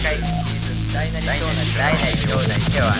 会議シーズン大なり小なり手を洗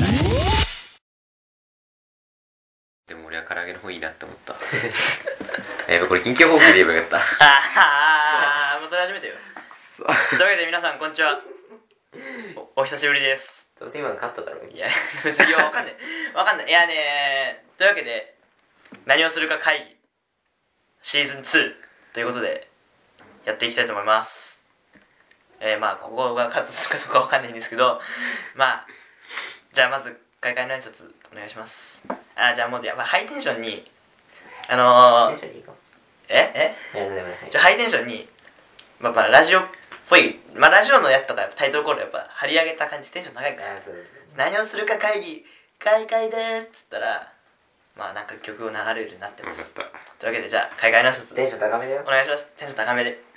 え。 でも俺は唐揚げの方いいなって思った。これ緊急報告で言えばよかった。 もう撮り始めてよ。というわけで皆さんこんにちは。お久しぶりです。 どうせ今のカットだろ。 いや別にわかんないいやねというわけで何をするか会議シーズン2ということでやっていきたいと思います。まあここがカットするかどうかわかんないんですけど、まあじゃあまず開会の挨拶お願いします。じゃあもうやっぱハイテンションにテンションいいか。 ハイテンションにまあラジオっぽい、まあラジオのやつとかタイトルコールやっぱ張り上げた感じ、テンション高いから、何をするか会議開会ですっつったらまあなんか曲を流れるようになってます。というわけでじゃあ開会の挨拶テンション高めだよ。 お願いします。テンション高めで。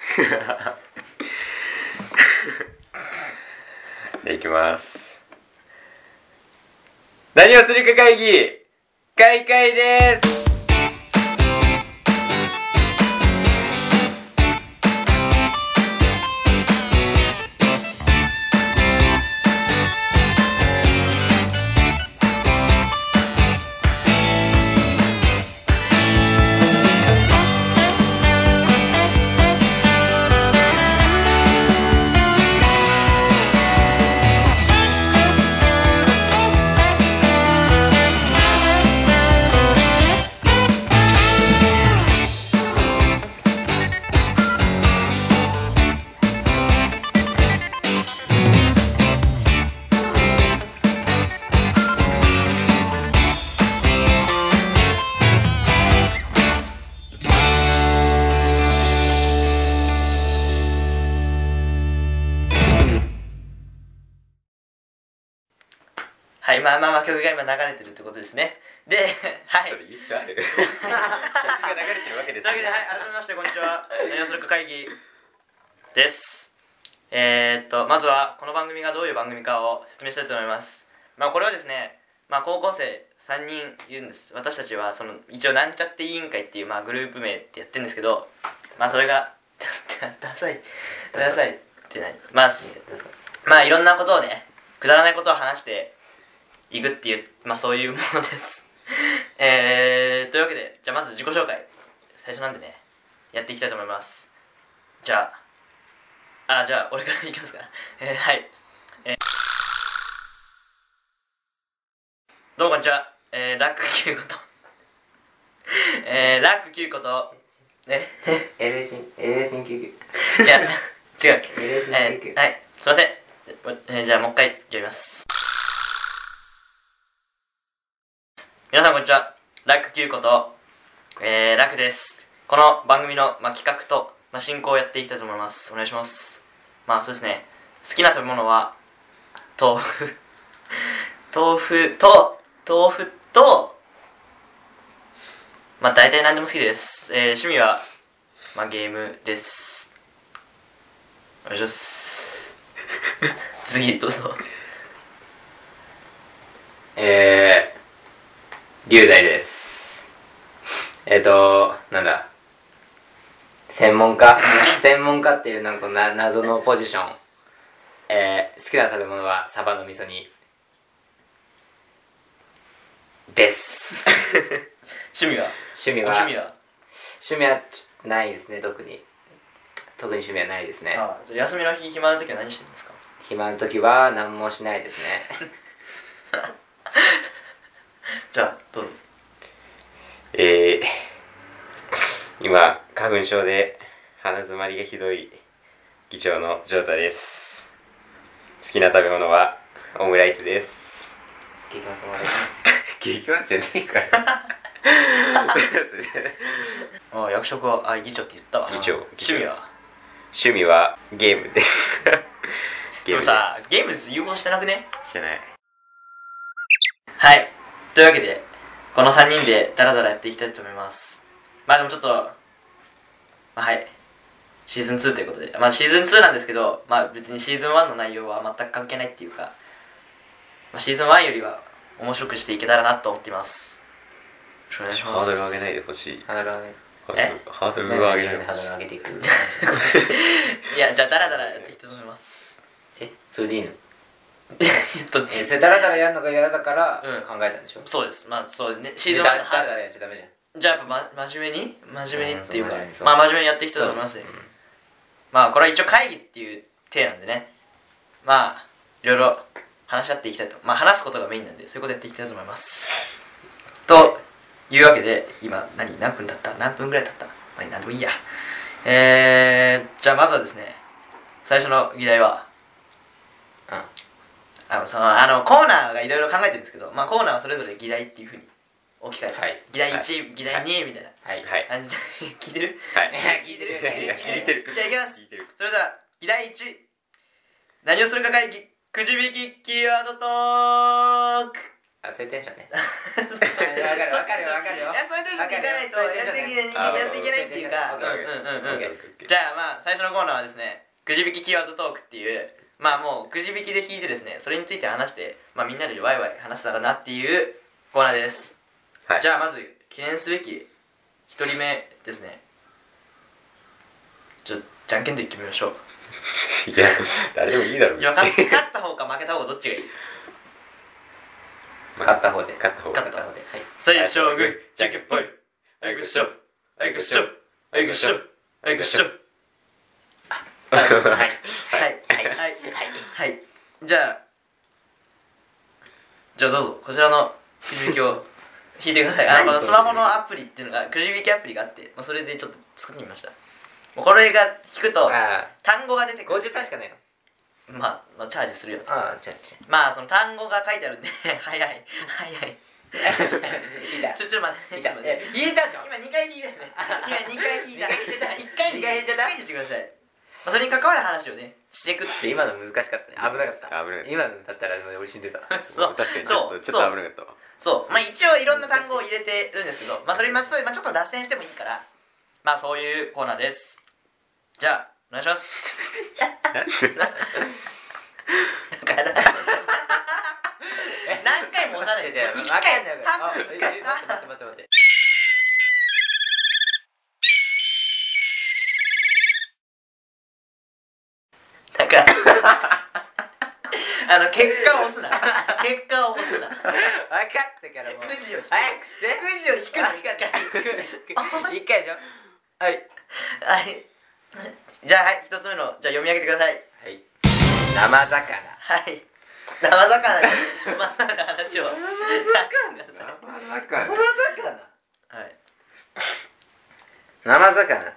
じゃあいきます。何をするか会議開会です。 はい、まあ曲が今流れてるってことですね。で、はい。 それ言う必要ある？曲が流れてるわけです。 というわけで、はい、改めましてこんにちは。何をするか会議です。まずはこの番組がどういう番組かを説明したいと思います。まあこれはですね、まあ高校生3人いるんです。私たちはその一応なんちゃって委員会っていうまあグループ名ってやってるんですけど、まあそれがダサいって何？まあいろんなことをね、くだらないことを話していくっていう、まあそういうものです。というわけで、じゃあまず自己紹介、最初なんでね、やっていきたいと思います。じゃあ俺からいきますか。はい。どうもこんにちは。ラック9こと。ラック9こと、 LA99。 いや、違う。 LA99。 はい、すいません。じゃあもう一回読みます。皆さんこんにちは。ラック9こと、ラックです。この番組の、企画と、進行をやっていきたいと思います。お願いします。そうですね。好きな食べ物は、豆腐。豆腐と、大体何でも好きです。趣味は、ゲームです。お願いします。次、どうぞ。 龍大です。なんだ。専門家っていうなんか謎のポジション。好きな食べ物はサバの味噌煮です。 趣味はないですね。特に趣味はないですね。 休みの日暇な時は何してるんですか？ 暇な時は何もしないですね。 じゃあどうぞ。 今花粉症で鼻詰まりがひどい議長のジョータです。好きな食べ物はオムライスです。激マスじゃねえから役職は議長って言ったわ。 議長。 趣味はゲームです。 でもさ、ゲーム言うことしてなくね？ してない。 はい、というわけでこの3人でダラダラやっていきたいと思います。でもちょっとはい、シーズン2ということで、シーズン2なんですけど、別にシーズン1の内容は全く関係ないっていうか、シーズン1よりは面白くしていけたらなと思っています。よろしくお願いします。 ハードル上げないでほしい。 ハードル上げていく。 いや、じゃあダラダラやっていきたいと思います。 それでいいの？ どっち？ それダラダラやるのが嫌だからうん考えたんでしょ？ そうです。まあそうね、シーズンダ 1 ラダラやっちゃダメじゃん。 じゃあやっぱ、真面目にっていうか、 そうまあ真面目にやっていきたいと思いますね。まあこれは一応会議っていう体なんでね、まあいろいろ話し合っていきたいと、まあ話すことがメインなんで、そういうことやっていきたいと思います。というわけで、今何分経った？何分ぐらい経った？まあ何でもいいや。じゃあまずはですね、最初の議題は、コーナーがいろいろ考えてるんですけど、まあコーナーはそれぞれ議題っていうふうに置き換えて、 はい議題1、議題2みたいな感じで、聞いてる？聞いてる？じゃあいきます。それでは議題1、何をするか会議、くじ引きキーワードトーク。 そういうテンションね。わかるよ。 いや、そういうテンションでいかないとやっていけないっていうか、じゃあまあ最初のコーナーはですね、くじ引きキーワードトークっていう、まあもうくじ引きで引いてですね、それについて話して、まあみんなでワイワイ話せたらなっていうコーナーです。じゃあまず記念すべき1人目ですね。じゃんけんで決めましょう。 いや、誰でもいいだろう。 じゃあ勝った方か負けた方がどっちがいい？ 勝った方で。 はい。最初はグー、じゃんけんぽい。はい、グッショ。はい、グッショ。はい、グッショ。はい、グッショ。はい。じゃあどうぞ、こちらのくじ引きを引いてください。このスマホのアプリっていうのが、くじ引きアプリがあって、それでちょっと作ってみました。これが引くと、単語が出てくる。 50単しかないの？ まあ、チャージするよ。 チャージ。 まあ、その単語が書いてあるんで、早い。ちょっと待って。 引いたじゃん。 今2回引いたよね。今2回引いた。1回にしてください。それに関わる話をね、していくって。 今の難しかったね。危なかった。今のだったら俺死んでた。 そう。 確かにちょっと危なかったわ。 そう。まあ一応いろんな単語を入れてるんですけど、まあそれちょっと脱線してもいいから、まあそういうコーナーです。じゃあ、お願いします。何回も押さないで。1回。待って。だから結果を押すな。分かったからもう。 くじを引く。 早くして。 くじを引くの1回。 1回でしょ。はい。 じゃあはい、1つ目のじゃあ読み上げてください。 はい。生魚。 はい。生魚でまさの話を。 生魚。 はい。 生魚。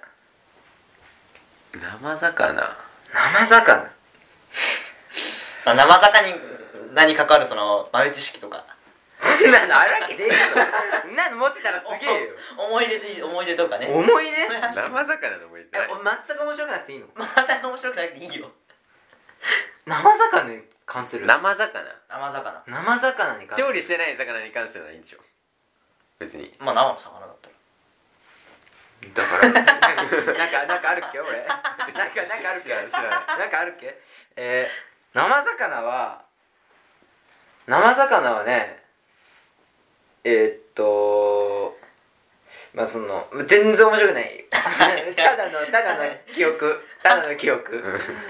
生魚に関わるその豆知識とか。 あるわけねえだろ。そんなの持ってたらすげえよ。 思い出とかね。 思い出？ 生魚の思い出。 全く面白くなくていいの？ 全く面白くなくていいよ。 生魚に関する。 生魚に関する。 調理してない魚に関してはいいんでしょ。別に。 まあ生の魚だったら。 だからなんかあるっけ俺。なんかあるっけ？なんかあるっけ？生魚はね、まあその全然面白くない。ただの記憶。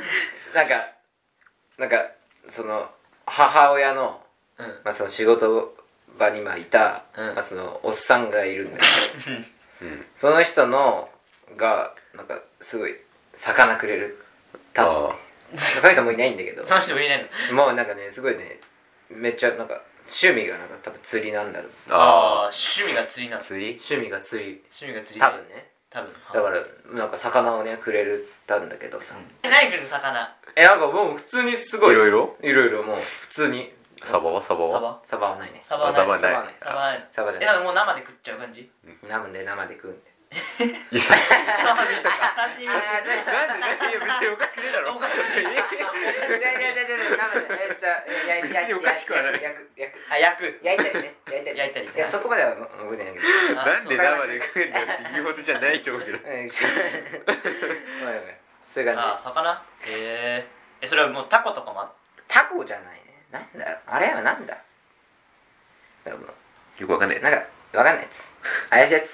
なんかその母親のまあその仕事場にいたまあそのおっさんがいるんだけど。その人がなんかすごい魚くれる。多分その人もいないんだけど。 その人もいないの。 もうなんかねすごいねめっちゃなんか趣味がなんか多分釣りなんだろう。 趣味が釣りなの。 趣味が釣り。 多分ね。 だからなんか魚をねくれたんだけどさ。 何くれる魚？ なんかもう普通にすごい。 いろいろもう普通に。 サバはないね。 サバはない。 サバじゃない。 もう生で食っちゃう感じ？ 生で食うんで。 刺身とか。なんで別におかしくねえだろ。 おかしくない。生で。 おかしくはない。 焼いたり。いやそこまでは僕ね。 なんで生で食うんだって言うほどじゃないと思うけど。 そういう感じ。 魚？それはもうタコとかも。 タコじゃないね。なんだあれはなんだ。 よくわかんない。 なんかわかんないやつ。怪しいやつ。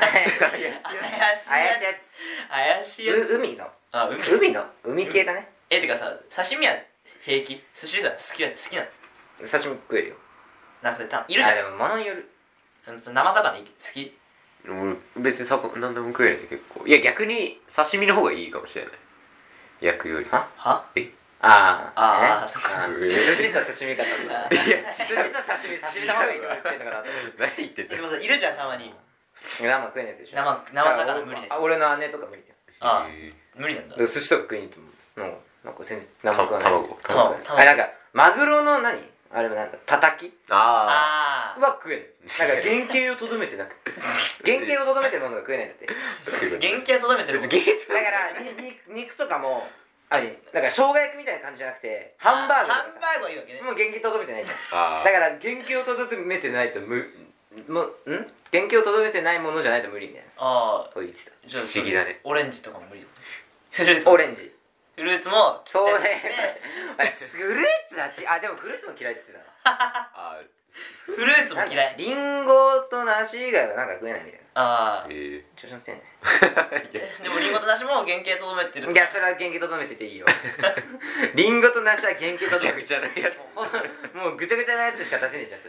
海の。 海系だね。 てかさ、刺身は平気？寿司さ好きなの？ 刺身食えるよ。 なんかそれいるじゃん。 でも物による。 生魚好き？ 俺別に何でも食えるね結構。いや逆に刺身の方がいいかもしれない。焼くより。 はえそうか。 寿司と刺身かと思った。 いや寿司と刺身の方がいいと言ってんのかなと思って。 何言ってんでもさ、いるじゃん、たまに。 生食えないやつでしょ。 生魚無理です。 俺の姉とか無理だよ。 無理なんだ。 寿司とか食いに行っても、なんか全然生食わない。 卵。 なんか、マグロの何あれもなんだ、たたきは食える。なんか原型をとどめてなくて。原型をとどめてるものが食えないんだって。 原型をとどめてるもの。 だから肉とかも、なんか生姜焼きみたいな感じじゃなくて、ハンバーグはいいわけね。 もう原型とどめてないじゃん。だから原型をとどめてないと原型をとどめてないものじゃないと無理みたいな。そう言ってた。 不思議だね。 オレンジとかも無理だ。 オレンジ。 フルーツもそうね。フルーツはでもフルーツも嫌いって言ってた。 フルーツも嫌い。 リンゴと梨以外はなんか食えないみたいな。調子乗ってんね。 でもリンゴと梨も原型とどめてる。 いや、それは原型とどめてていいよ。リンゴと梨は原型とどめて。ぐちゃぐちゃなやつ。もうぐちゃぐちゃなやつしか出せねえじゃん、そ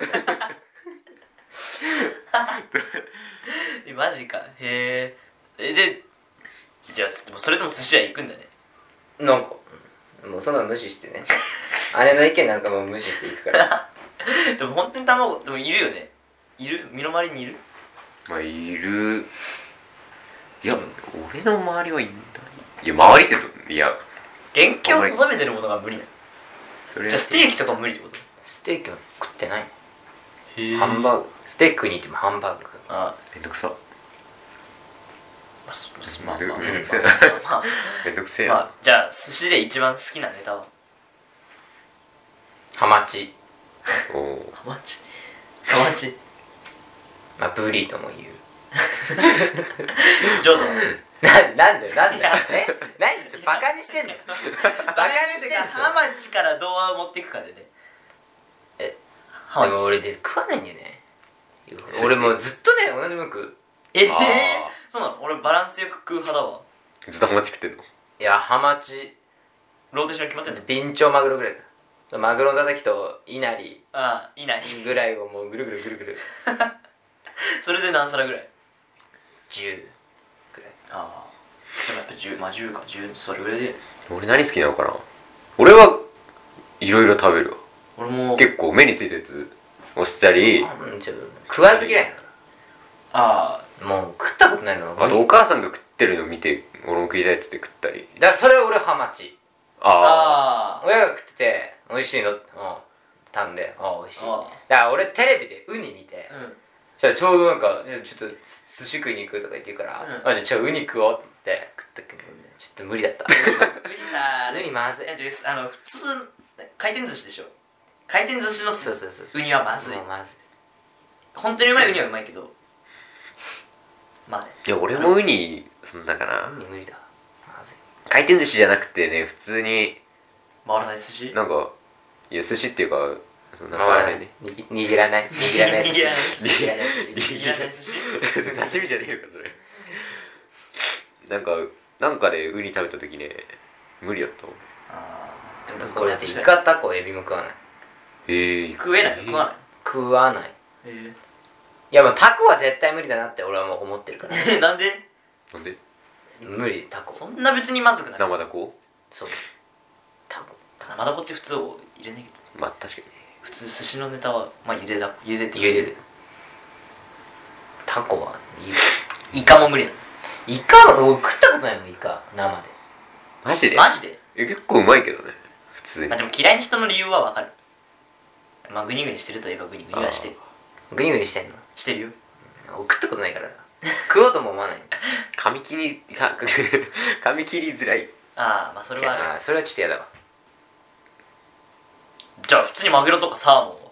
れ。 マジか。へえ。で、じゃあそれとも寿司屋行くんだね。 なんかもうそんなの無視してね。姉の意見なんかもう無視していくから。 でも本当に卵でもいるよね。いる？身の回りにいる？ まあいる。いや俺の周りはいない。いや周りっていや原型をとどめてるものが無理なの。じゃあステーキとかも無理ってこと？ ステーキは食ってない。ハンバーグ。ステーキ食いに行ってもハンバーグか。 めんどくさ。 まあめんどくせえな。じゃあ寿司で一番好きなネタは？ ハマチ。 ハマチ。 まあブリとも言う。 ジョート。 なんで何ちょっとバカにしてんの？ バカにしてんの？ハマチからどう持っていくかでね。 でも俺食わないんだよね。俺もうずっとね同じもの食う。 そうなの？俺バランスよく食う派だわ。 ずっとハマチ食ってんの？ いやハマチローテーション決まってんの？ ビンチョウマグロぐらいだ。マグロのたたきとイナリぐらいをもうぐるぐるそれで何皿ぐらい ？10ぐらい。 でもやっぱ10、まあ10か、10、それぐらいで。 俺何好きなのかな。俺はいろいろ食べるわ。 俺も結構目についたやつをしたり。 食わず嫌いなの。もう食ったことないの。 あとお母さんが食ってるの見て俺も食いたいっつって食ったり。 だからそれ俺ハマチ。親が食ってて美味しいのたんで美味しい。だから俺テレビでウニ見て、じゃあちょうどなんかちょっと寿司食いに行くとか言ってるから、じゃあウニ食おうと思って食ったけどね、ちょっと無理だった。ウニまずい。 普通回転寿司でしょ。回転寿司のウニはまずい。本当にうまいウニはうまいけど、まあね。 いや俺もウニそんなかな。 ウニ無理だ。まずい。 回転寿司じゃなくてね、普通に回らない寿司。 なんかいや寿司っていうか回らないね。握らない寿司。 刺身じゃねえのかそれ。なんかでウニ食べた時ね無理だったもん。 でもこれだってイカタコエビも食わない。 食えない？ 食わない。いやもうタコは絶対無理だなって俺はもう思ってるから。 なんで無理。タコそんな別にまずくない。 生ダコ。 そうタコ生ダコって普通を入れないけど。 まあ確かにね。 普通寿司のネタはまあ茹でてタコはいい。イカも無理なの。 イカも食ったことないもん。イカ生で。 マジで結構うまいけどね普通に。 でも嫌いな人の理由はわかる。まあグニグニしてるといえばグニグニはしてる。 グニグニしてんの？ してるよ。 食ったことないからな。食おうとも思わない。 噛み切りづらい。 まあそれはある。 それはちょっと嫌だわ。 じゃあ普通にマグロとかサーモンは？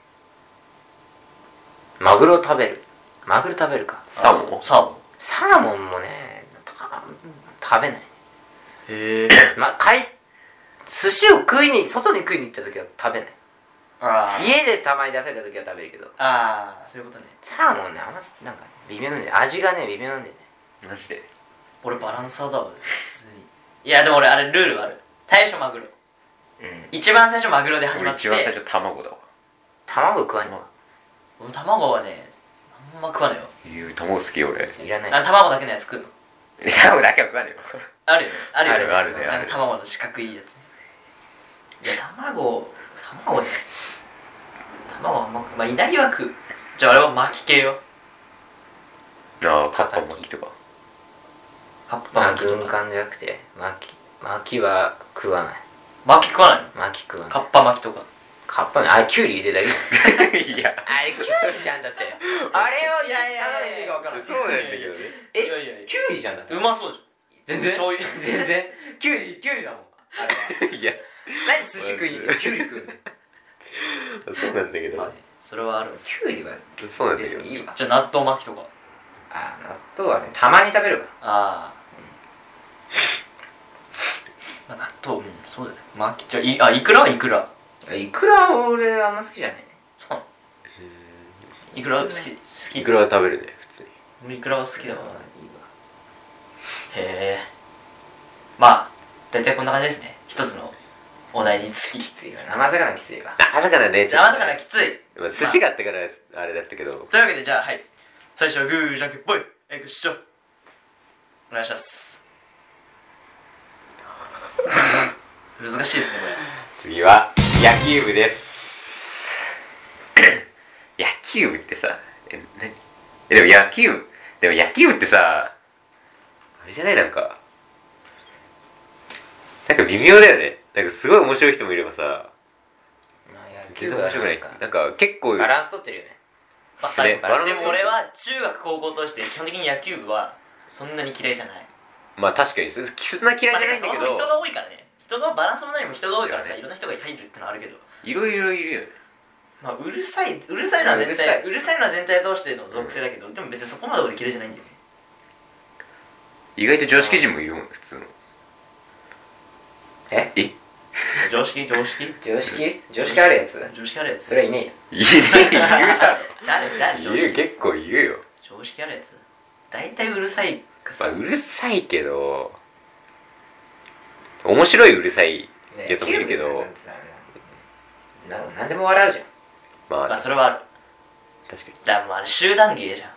マグロ食べるか。 サーモンもね食べない。 へえ。 寿司を外に食いに行った時は食べない。家でたまに出された時は食べるけど。 そういうことね。 サーモンねなんか微妙なんだよ。味がね微妙なんだよね。 マジで。 俺バランサーだわ普通に。いやでも俺あれルールある。 最初マグロ。一番最初マグロで始まって。 一番最初卵だわ。 卵食わんの？ 俺卵はね、あんま食わないよ。 卵好きよ俺。 いらない。 卵だけのやつ食うの。 卵だけは食わねえよ。 あるよね。あるよね。 あるね。 なんか卵の四角いやつ。いや、卵ね。卵はあんま、まあ、いなりは食う。じゃああれは巻き系よ。 ああ、カッパ巻きとか。 カッパ巻きと軍か。 艦じゃなくて、巻きは食わない。 巻き食わないの？ 巻き食わない。 カッパ巻きとか。 カッパあれキュウリ入れだけ。 いや、 あれキュウリじゃんだって。あれをいやいや意味がわからん。 そうなんだけどね。 いやいやいやキュウリじゃんだって。 うまそうじゃん。 全然醤油。 全然。キュウリだもん。あれは。 いや、 何寿司食いに行ってキュウリ食うの？ そうなんだけど。 まあね、それはある。 キュウリはそうなんだけど。 別にいいわ。 じゃあ納豆巻きとか。 あ、納豆はね、たまに食べるわ。 ああ。まあ、納豆、そうだよね。巻き、じゃあ、イクラはいくら。 いくら俺あんま好きじゃねそうなの？いくら好き。 いくらは食べるね、普通に。 俺いくらは好きだわ。 いいわ。 へえ。まあ、大体こんな感じですね。一つのお題につき。 きついわ。生魚きついわ。 生魚ね、 生魚きつい。 まあ寿司があったからあれだったけど。 というわけで、じゃあ、はい。最初はグーじゃんけんぽい。エクション。お願いします。難しいですね、これ。 次は野球部です。野球部ってさ、でも野球部ってさ、あれじゃない、なんか微妙だよね。なんかすごい面白い人もいればさ、全然面白くない。なんか結構バランス取ってるよね。 でも俺は中学高校として基本的に野球部はそんなに嫌いじゃない。 まあ確かにそんな嫌いじゃないんだけど、 人が多いからね。人がバランスも何も人が多いからさ、いろんな人が入るってのはあるけど、 いろいろいるよね。 まあうるさいのは全体通しての属性だけど、でも別にそこまで俺嫌いじゃないんだよね。 意外と常識人もいるもん、普通の。 常識あるやつそれはいねえよ。 いるだろ。 誰常識結構いるよ。 常識あるやつ大体うるさいかさ、 まあ、うるさいけど、面白いうるさいやつもいるけど、 なんでも笑うじゃん。 まあそれはある。 確かに。 だからもうあれ集団芸じゃん。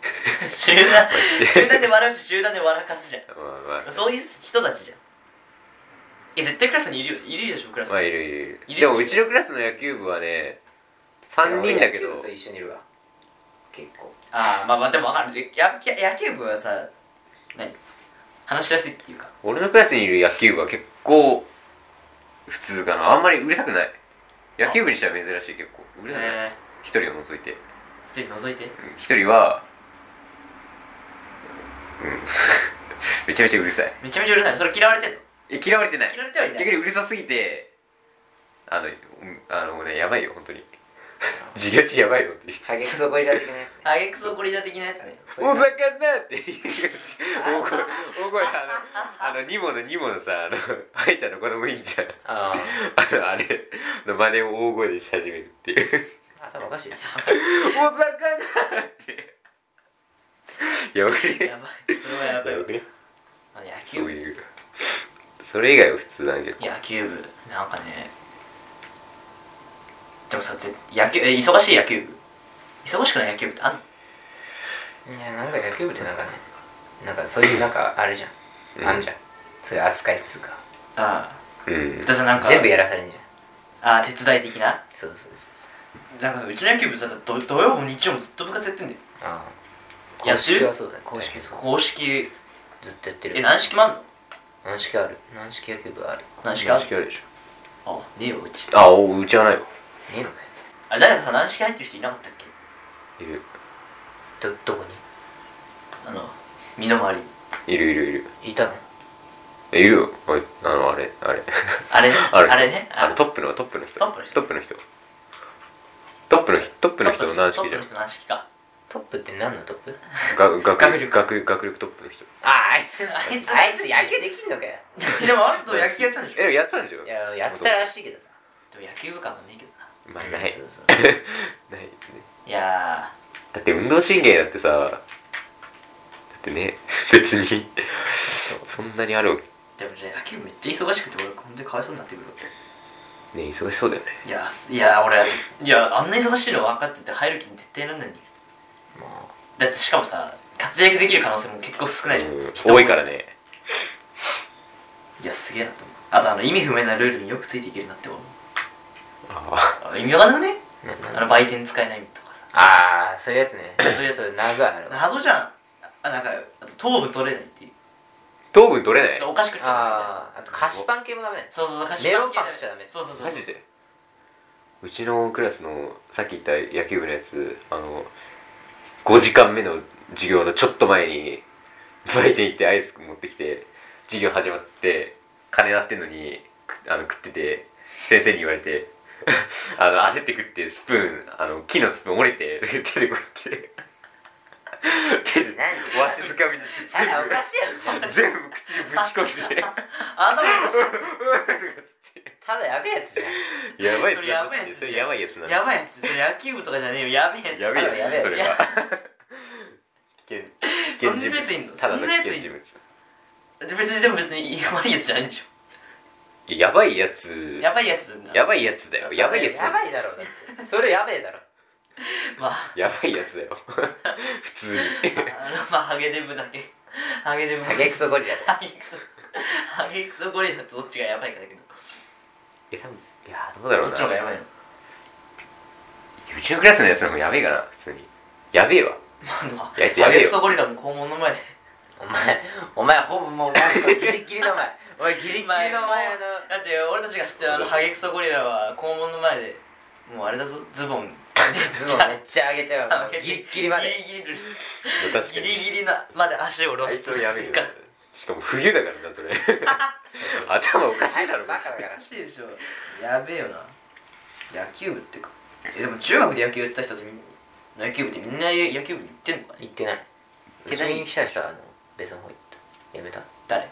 集団で笑うし、集団で笑かすじゃん。 まあそういう人たちじゃん。絶対クラスにいるでしょ、クラスに。 まあいる。でもうちのクラスの野球部はね、3人だけど。 野球部と一緒にいるわ。結構。 まあでも分かる。野球部はさ、話しやすいっていうか。 俺のクラスにいる野球部は結構普通かな。あんまりうるさくない。野球部にしては珍しい。結構うるさくない。一人を除いて。 一人はめちゃめちゃうるさい。 めちゃめちゃうるさいの。それ嫌われてんの？ 嫌われてない。 嫌われてはいない。 逆にうるさすぎて、ね、やばいよ、本当に。授業中やばいよっていう。 ハゲクソゴリラ的なやつね。 ハゲクソゴリラ的なやつね。 お魚って言う。大声、ニモのさ、ハイちゃんの子供いいんじゃん。あれの真似を大声でし始めるっていう。 頭おかしいですよ。 お魚って。やばい。 それはやばい。 やばくね。 野球部。 それ以外は普通だけど。 野球部、なんかね。でもさ、忙しい野球部。忙しくない野球部ってあんの？ いや、なんか野球部ってなんかね、なんかそういうなんかあれじゃん。あんじゃん。そういう扱いっつうか。 なんか全部やらされんじゃん。手伝い的な？ そう。 なんかうちの野球部さ、土曜も日曜もずっと部活やってんだよ。 公式はそうだね。 公式ずっとやってる。 軟式もあんの？ 軟式ある。軟式野球部ある。 軟式あるでしょ。 ねえよ、うち。 うちはないわ。 ねえのかよ。 誰かさ、軟式入ってる人いなかったっけ？ いる。 どこに？ 身の回り。 いる。 いたの？ いるよ。あれね。 トップの人の軟式じゃん。 軟式か。 トップって何のトップ？ 学力トップの人。 あいつ野球できんのかよ。 でもあの人野球やってたんでしょ？ やってたんでしょ？ やってたらしいけどさ。 でも野球部感はねえけどな。 まあない。 そうないですね。 いやだって運動神経だってさ、だってね、別にそんなにあるわけ。 でもじゃあ野球部めっちゃ忙しくて俺本当にかわいそうになってくる。 ね、忙しそうだよね。 いや俺あんな忙しいの分かってて入る気に絶対なんないんだよ。だってしかもさ活躍できる可能性も結構少ないじゃん。 多いからね。 いやすげえなと思う。あと意味不明なルールによくついていけるなって思う。意味わかんなくね？売店使えないとかさ。 ああ、そういうやつね。 そういうやつ謎ある。 謎じゃん。なんかあと糖分取れないっていう。 糖分取れない？ お菓子食っちゃうみたいな。 あと菓子パン系もダメだよ。 そう菓子メロンパンパン食っちゃダメ。 そうマジで？うちのクラスのさっき言った野球部のやつ、5時間目の授業のちょっと前に売店行ってアイス持ってきて、授業始まって鐘鳴ってんのに食ってて、先生に言われて焦って食ってスプーン木のスプーン折れて手でこうやって手でわしづかみにしておかしいやつじゃん。 全部口にぶち込んで頭おかしいやつ。 ただやべえやつじゃん。 やばいそれやばいやつそれやばいやつなんだ。 やばいやつ。それ野球部とかじゃねえよ。やべえやつ。 やべえやつそれは。危険人物。ただの危険人物。 でも別にやばいやつじゃないんでしょ。 やばいやつ。 やばいやつやばいやつだよ。やばいやつ。 やばいだろうだって。それやべえだろ。 まあやばいやつだよ。普通に。 まあハゲデブだけ。ハゲクソゴリラだ。 ハゲクソゴリラとどっちがやばいかだけど。 多分いやどうだろうな。 どっちの方がやばいの？ うちのクラスのやつの方がやべえかな普通に。やべえわ。 ハゲクソゴリラも校門の前で。 お前ほぼもうギリギリの前。おいギリギリの前だって俺たちが知ってるハゲクソゴリラは校門の前でもうあれだぞズボンめっちゃ上げちゃう。ギリギリまで。 ギリギリまで足を下ろしてやべえから。しかも冬だからなそれ。頭おかしいだろ。 バカだから。 おかしいでしょ。やべえよな。野球部ってか。でも中学で野球やってた人って野球部ってみんな野球部に行ってんのかね？ 行ってない。うちに来た人は別の方行った。やめた。 誰？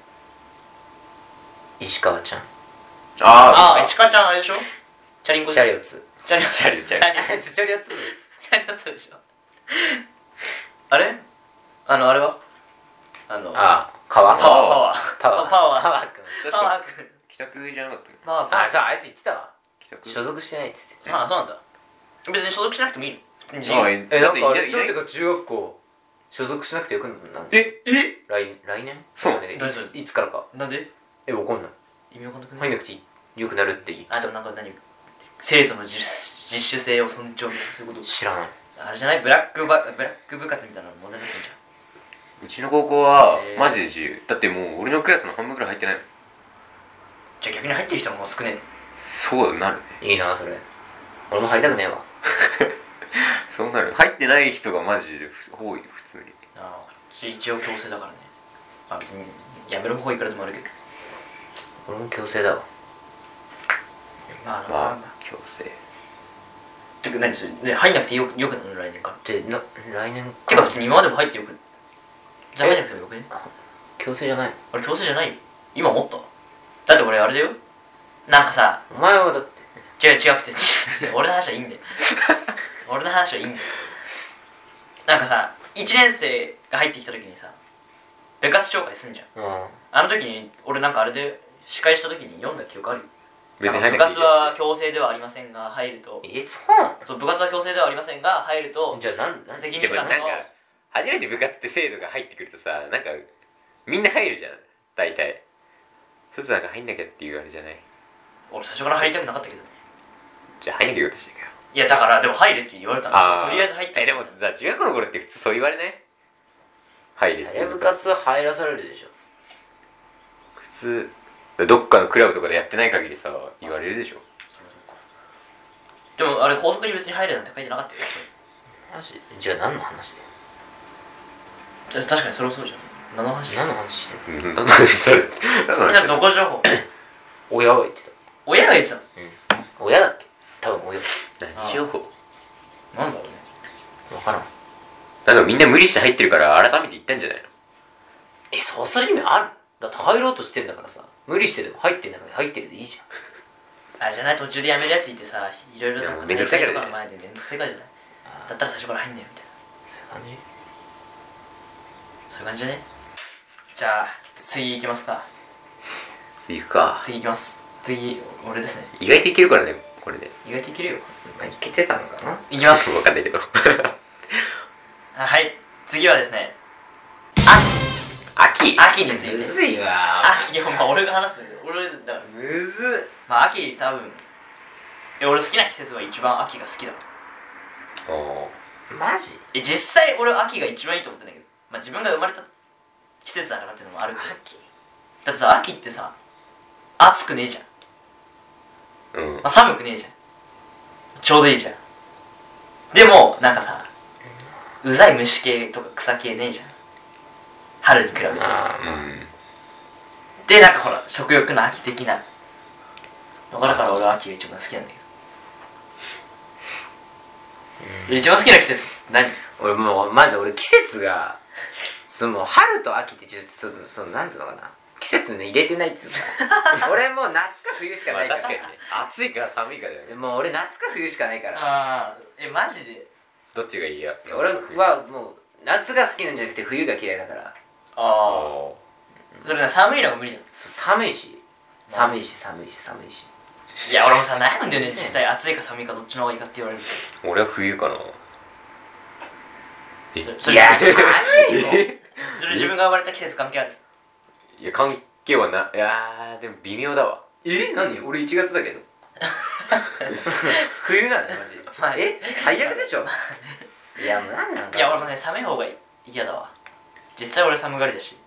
石川ちゃん。 石川ちゃんあれでしょ？チャリンコチャリオツ。 チャリオツでしょ。あれ？あれは？ パワー君。帰宅じゃなかったっけ？ そうあいつ言ってたわ。所属してないって言ってた。 そうなんだ。別に所属しなくてもいいの？ なんかあれでしょってか中学校所属しなくてよくなる。来年？ そう。 いつからか。 なんで？ わかんない。 意味わかんなくない？ 入んなくてよくなるって言って。 でもなんか生徒の自主性を尊重みたいなそういうこと。 知らない。 あれじゃない？ブラック部活みたいなの問題になってんじゃん。 うちの高校はマジで自由。だってもう俺のクラスの半分くらい入ってないの。 じゃあ逆に入ってる人も少ねえ。 そうなるね。 いいなそれ。俺も入りたくねえわ。 そうなる。入ってない人がマジで多い普通に。 一応強制だからね。別にやめる方がいくらでもあるけど。 俺も強制だわ。 まあ強制。 てか何それね、入んなくてよくなるの来年から。 来年てか別に今までも入ってよく。じゃあ入んなくてもよくね？ 強制じゃないの？ あれ強制じゃないよ。今思った。だって俺あれだよ。なんかさ、 お前はだって。 違くて俺の話はいいんだよ。俺の話はいいんだよ。なんかさ、1年生が入ってきた時にさ、部活紹介すんじゃん。あの時に俺なんかあれで司会した時に読んだ記憶あるよ。部活は強制ではありませんが入ると。そう部活は強制ではありませんが入ると。 じゃあ責任感と。 初めて部活って制度が入ってくるとさ、なんかみんな入るじゃん大体。そうするとなんか入んなきゃっていうあれじゃない？ 俺最初から入りたくなかったけどね。 じゃあ入んなきゃよかったしね。 いやだからでも入れって言われたの。とりあえず入って。 でもさ中学校の頃って普通そう言われない？入れって部活は入らされるでしょ。 普通どっかのクラブとかでやってない限りさ言われるでしょ。 でもあれ校則に別に入れなんて書いてなかったよ。 マジ？じゃあ何の話だよ。確かにそれもそうじゃん。何の話してる？何の話してる？ じゃあどこ情報？ 親が言ってた。 親が言ってたの？ 親だっけ？多分親。 何情報？ なんだろうね。 分からん。 なんかみんな無理して入ってるから改めて言ったんじゃないの？ そうする意味ある？だって入ろうとしてんだからさ、無理してでも入ってんだから入ってるでいいじゃん。 あれじゃない？途中でやめるやついてさ、いろいろなんか大会とかの前でめんどくせえからじゃない？だったら最初から入んねよみたいな。そういう感じじゃね？じゃあ次行きますか。 次行くか。 次行きます。次俺ですね。 意外といけるからね、これで。 意外といけるよ。 まあ、いけてたのかな。 いきます。 わかんないけど。 はい、次はですね、 秋秋について。 むずいわ。 いや、まあ俺が話すんだけど、俺だからむずっ。 まあ秋多分、俺好きな季節は一番秋が好きだ。 マジ？ 実際俺は秋が一番いいと思ってんだけど、まあ自分が生まれた季節だからっていうのもあるけど。だってさ、秋ってさ、暑くねえじゃん。まあ、寒くねえじゃん。ちょうどいいじゃん。でもなんかさ、うざい虫系とか草系ねえじゃん、春に比べて。でなんかほら、食欲の秋的なのがだから俺は秋が一番好きなんだけど。一番好きな季節何？ 俺もうまず季節がその春と秋ってちょっとそのなんつうのかな、季節ね入れてないっていうか俺もう夏か冬しかないから。 確かにね、暑いから寒いからだよね。 もう俺夏か冬しかないから。 ああ、マジで？ どっちがいいや。 俺はもう夏が好きなんじゃなくて冬が嫌いだから。 ああ、それね、寒いのが無理なの。 寒いし。 いや俺もさ悩むんだよね、実際暑いか寒いかどっちの方がいいかって言われると。 俺は冬かな。 それいや寒いのそれ自分が生まれた季節関係ある？ いや関係はないやでも微妙だわ。 何？俺1月だけど冬なんだマジ。最悪でしょいやもうなんなんだ。 いや俺もね寒い方が嫌だわ。実際俺寒がりだし。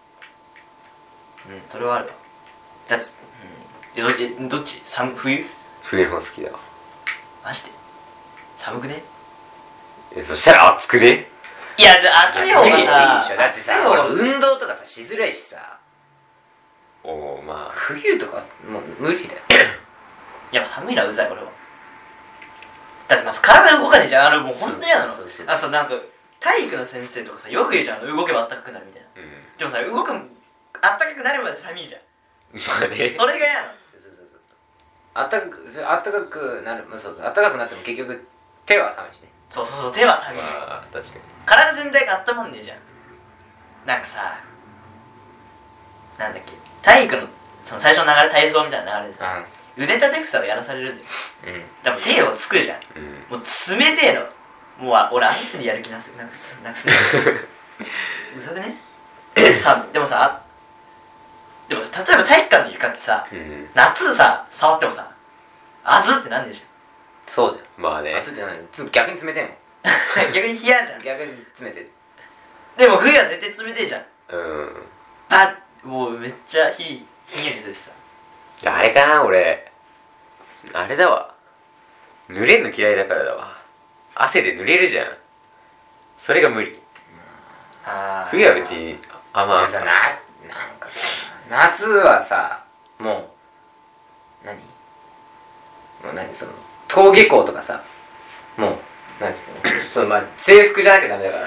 それはあるわ。だってどっち？冬？ 冬の方好きだわ。 マジで？寒くね？ そしたら暑くね？ いや暑い方がさ、 だってさ運動とかさしづらいしさ。 まあ冬とかもう無理だよやっぱ寒いのはうざい俺は。だってまず体動かねえじゃん。あれもう本当に嫌なの。そうなんか体育の先生とかさよく言うじゃん、動けばあったかくなるみたいな。でもさあったかくなるまで寒いじゃん。 まあね。 それが嫌なの。 あったかくなる、あったかくなっても結局手は寒いしね。 そう手は寒い。 まあ確かに。 体全体が温まんねえじゃん。なんかさ、なんだっけ、体育のその最初の流れ、体操みたいな流れでさ、腕立て伏せをやらされるんだよ。でも手をつくじゃん。もう冷てえの。もう俺あの人にやる気なくすんだよ。うざくね？でもさ、例えば体育館の床ってさ、夏さ触ってもさ、熱ってなんねえじゃん。 そうだよ。 まあね。 熱ってなんねえ。ちょっと逆に冷てえもん逆に冷やじゃん。 逆に冷てる。 でも冬は絶対冷てえじゃん。もうめっちゃひんやりするしさ。 あれかな、俺あれだわ、濡れんの嫌いだからだわ。汗で濡れるじゃん、それが無理。冬は別になんかさ夏はさもう何その登下校とかさ、もう何ですかねその制服じゃなきゃダメだから、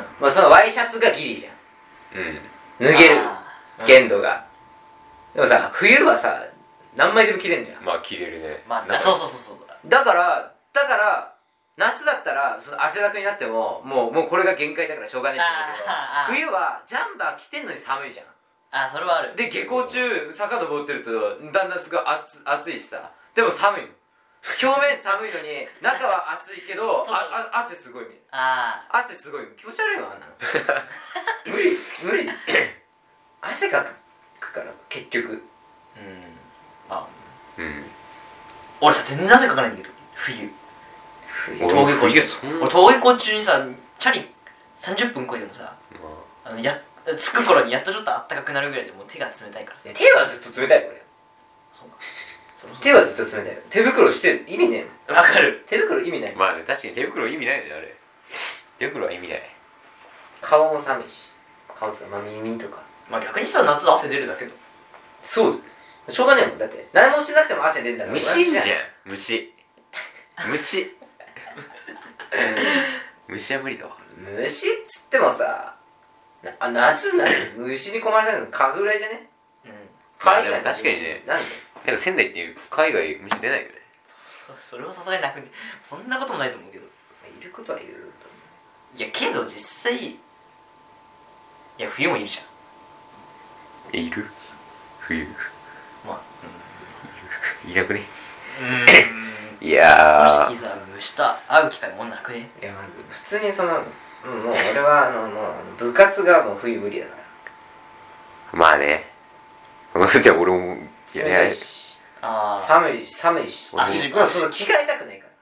まあそのワイシャツがギリじゃん。脱げる限度が。でもさ冬はさ何枚でも着れんじゃん。 まあ着れるね。 そうだから夏だったらその汗だくになってももうこれが限界だからしょうがないって言うけど、冬はジャンバー着てんのに寒いじゃん。 それはある。 で下校中坂登ってるとだんだんすごい暑いしさ、でも寒いの。表面寒いのに中は暑いけど汗すごい見える。汗すごい気持ち悪いわあんなの無理汗かくから結局。 俺さ全然汗かかないんだけど冬。登下校中にさチャリ30分こいでもさ、着く頃にやっとちょっとあったかくなるぐらいでもう手が冷たいからさ。 手はずっと冷たいこれ。そうか。手はずっと冷たい。手袋して意味ねえ。 わかる。 手袋意味ない。 まあね、確かに手袋意味ないよね、あれ。手袋は意味ない。 顔も寒いし。顔とか耳とか。 逆にさ夏汗出るだけど。 そうしょうがねえもん。だって何もしなくても汗出るんだから。 虫じゃん。虫虫は無理だわ。 虫っつってもさ夏になる虫に困らないの蚊ぐらいじゃね。 海外確かにね。なんか仙台っていう海外虫出ないよね。 それはさすがになくね。そんなこともないと思うけど。 いることはいると思う。 いやけど実際冬もいるじゃん。 いる冬いなくね。 いいや正直さ、虫と会う機会もなくね。 いやまず普通にもう俺はもう部活がもう冬無理だから。 まあね。じゃあ俺もいやね。 寒いしその着替えたくないから。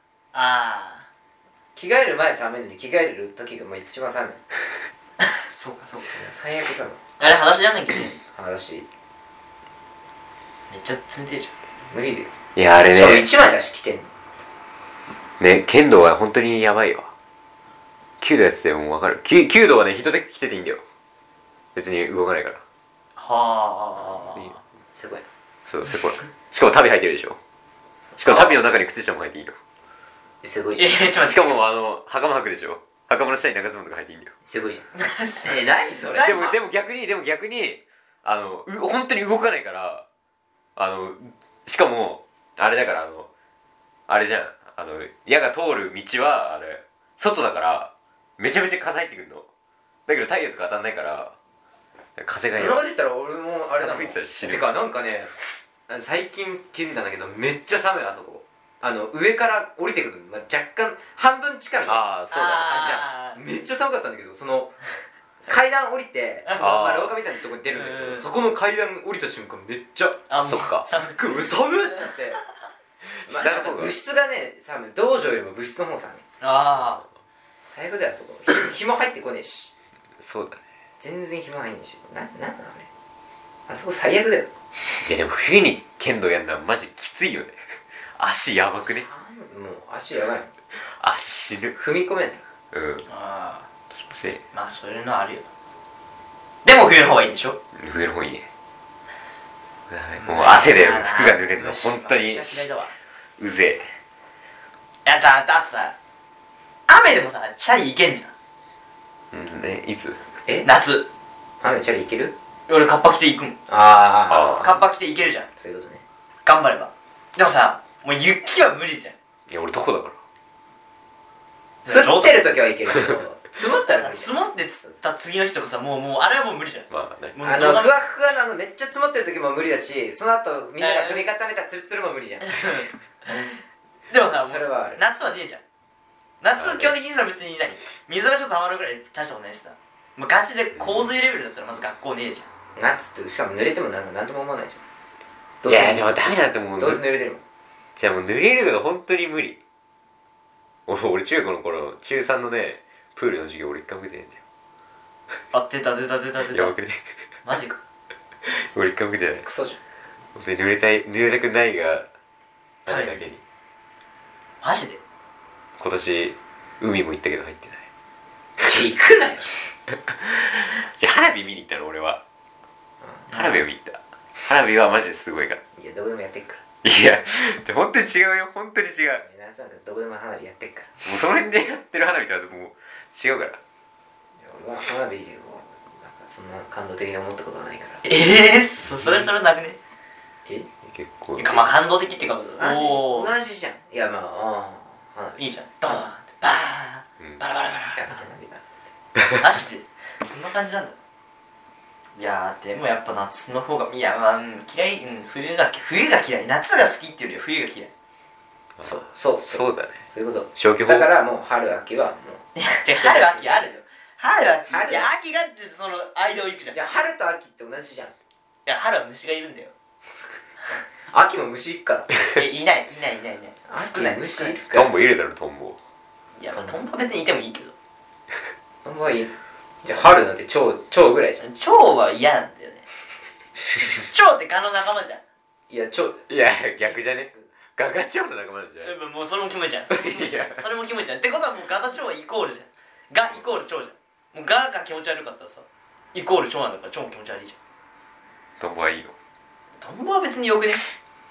着替える前寒いのに着替える時がもう一番寒い。 そうか最悪だろ。 あれ裸足やんなきゃいけない。 裸足めっちゃ冷てえじゃん。無理だよ。 いやあれね。 しかも1枚だし着てんの。 ね、剣道は本当にやばいわ。弓道やってても分かる。弓道はね、人で着てていいんだよ。別に動かないから。 はあ。 すごい。 そう、すごい。しかも旅履いてるでしょ。しかも旅の中に靴下も履いていいの。 すごいじゃん。 しかも袴履くでしょ。袴の下に長ズボンとか履いていいんだよ。 すごいじゃん。何それ。 でも逆に、本当に動かないから、しかも、あれだから、あれじゃん。矢が通る道は、外だから、めちゃめちゃ風入ってくるの。だけど太陽とか当たんないから、風が今まで言ったら俺もあれだもん。 死ぬ。 てかなんかね、最近気づいたんだけど、めっちゃ寒いあそこ。上から降りてくるの、若干半分近いああ、そうだ。 感じじゃん。めっちゃ寒かったんだけど、階段降りて、廊下みたいなところに出るんだけど、そこの階段降りた瞬間めっちゃ、 そっか。 すっごい寒っってなって。物質がね、寒い。道場よりも物質の方寒い。最悪だよ、そこ。紐入ってこねえし。 そうだね。 全然紐入んねえし。なんなのあれ。あそこ最悪だよ。 いやでも冬に剣道やるのはマジきついよね。足やばくね。 もう足やばい。 足死ぬ。 踏み込めない。 きつい。 まあそういうのあるよ。でも冬の方がいいんでしょ。 冬の方がいいね。もう汗で服が濡れるの本当にうぜえ。 だってさ、雨でもさ、チャリ行けんじゃん。 いつ？ 夏。 雨チャリ行ける？ 俺カッパ着て行くもん。カッパ着て行けるじゃん。 そういうことね。 頑張れば。でもさ、もう雪は無理じゃん。 いや俺どこだから。 降ってる時は行けるけど、積もったら無理。 積もってた次の日とかさ、もうあれはもう無理じゃん。 まあね。 ふわふわなめっちゃ積もってる時も無理だし、その後みんなが踏み固めたツルツルも無理じゃん。 でもさ、 それはある。 夏はねえじゃん。夏基本的にさ別に水がちょっと溜まるぐらい大したことないしさ。もうガチで洪水レベルだったらまず学校ねえじゃん。 夏ってしかも濡れてもなんとも思わないじゃん。いやでもダメだってもう。 どうせ濡れてるもん。 じゃあもう濡れるの本当に無理。俺中学の頃、中3のね、プールの授業俺一回も受けてないんだよ。 出た。 やばくね。 マジか。 俺一回も受けてない。 クソじゃん。 本当に濡れたくないがためだけに。 マジで？ 今年海も行ったけど入ってない。 行くなよ。 じゃあ花火見に行ったの俺は。花火を見に行った。花火はマジですごいから。 いやどこでもやってっから。 いや本当に違うよ。本当に違う。 夏なんかどこでも花火やってっから。 もうその辺でやってる花火とはもう違うから。 俺は花火をなんかそんな感動的に思ったことはないから。 それなくね？ 結構。 まあ感動的っていうか同じじゃん。いやまあ花火いいじゃん。ドーンってバーンバラバラバラ。マジでそんな感じなんだ。いやでもやっぱ夏の方が嫌い。冬が嫌い。夏が好きっていうよりは冬が嫌い。 そうだね。 そういうこと。 消去法。 だからもう春秋はもう。 いや春秋あるよ。春秋。いや秋がってその間を行くじゃん。 じゃあ春と秋って同じじゃん。いや春は虫がいるんだよ。 秋も虫いるから。 いない。 秋も虫いるから。 トンボいるだろトンボ。 いやトンボは別にいてもいいけど。 トンボはいい。じゃあ春なんて蝶ぐらいじゃん。 蝶は嫌なんだよね。蝶って蚊の仲間じゃん。 いや逆じゃね。ガガチョウの仲間じゃん。 もうそれもキモいじゃん。それもキモいじゃん。ってことはもうガタチョウはイコールじゃん。ガイコール蝶じゃん。もうガが気持ち悪かったらさ、イコール蝶なんだから蝶も気持ち悪いじゃん。 トンボはいいよ。 トンボは別によくね。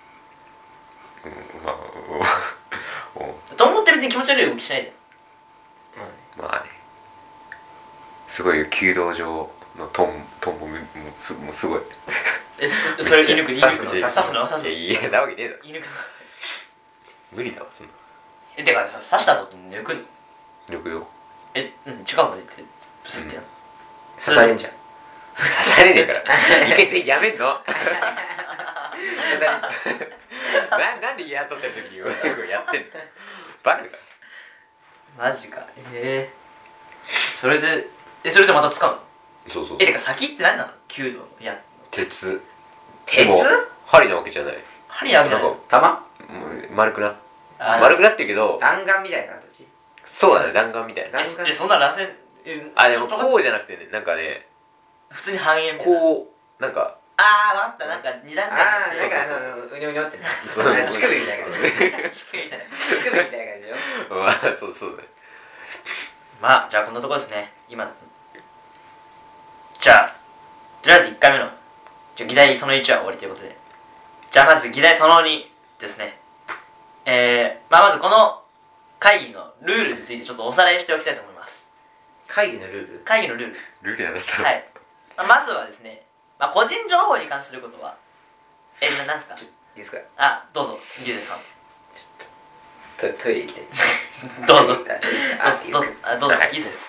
トンボって別に気持ち悪い動きしないじゃん。 まあね。すごいよ、弓道場のトンボもうすごい。 それ射抜く刺すの。 いやなわけねえだろ。 射抜くの無理だわそんな。 てかさ、刺した後抜くの？ 抜くよ。 違うまで言ってブスってやる。 刺されんじゃん。 刺されねえから。一回やめんの。 なんで雇ってる時にやってんのバカか。 マジか。それでまた使うの？ そうそう。 てか先って何なの弓道の鉄。 鉄？ でも針なわけじゃない。 針なわけじゃない。 玉？ 丸くなってるけど、 弾丸みたいな形。 そうだね、弾丸みたいな。 そんな螺旋、 でもこうじゃなくてね、なんかね、 普通に半円みたいな。 こう、なんか、 わかった、なんか2段階。 なんかうにょうにょってね。乳首みたいな感じ。乳首みたいな感じよ。 そうだね。 まあ、じゃあこんなとこですね。今。じゃあ、とりあえず1回目の、議題その1は終わりということで。じゃあまず議題その2ですね。まずこの会議のルールについてちょっとおさらいしておきたいと思います。 会議のルール？ 会議のルール。 ルールやだったの？ はい。まずはですね、個人情報に関することは、なんですか？ いいですか？ どうぞ、リュウデさん。 トイレ行って。 どうぞ。どうぞ、いいですよ。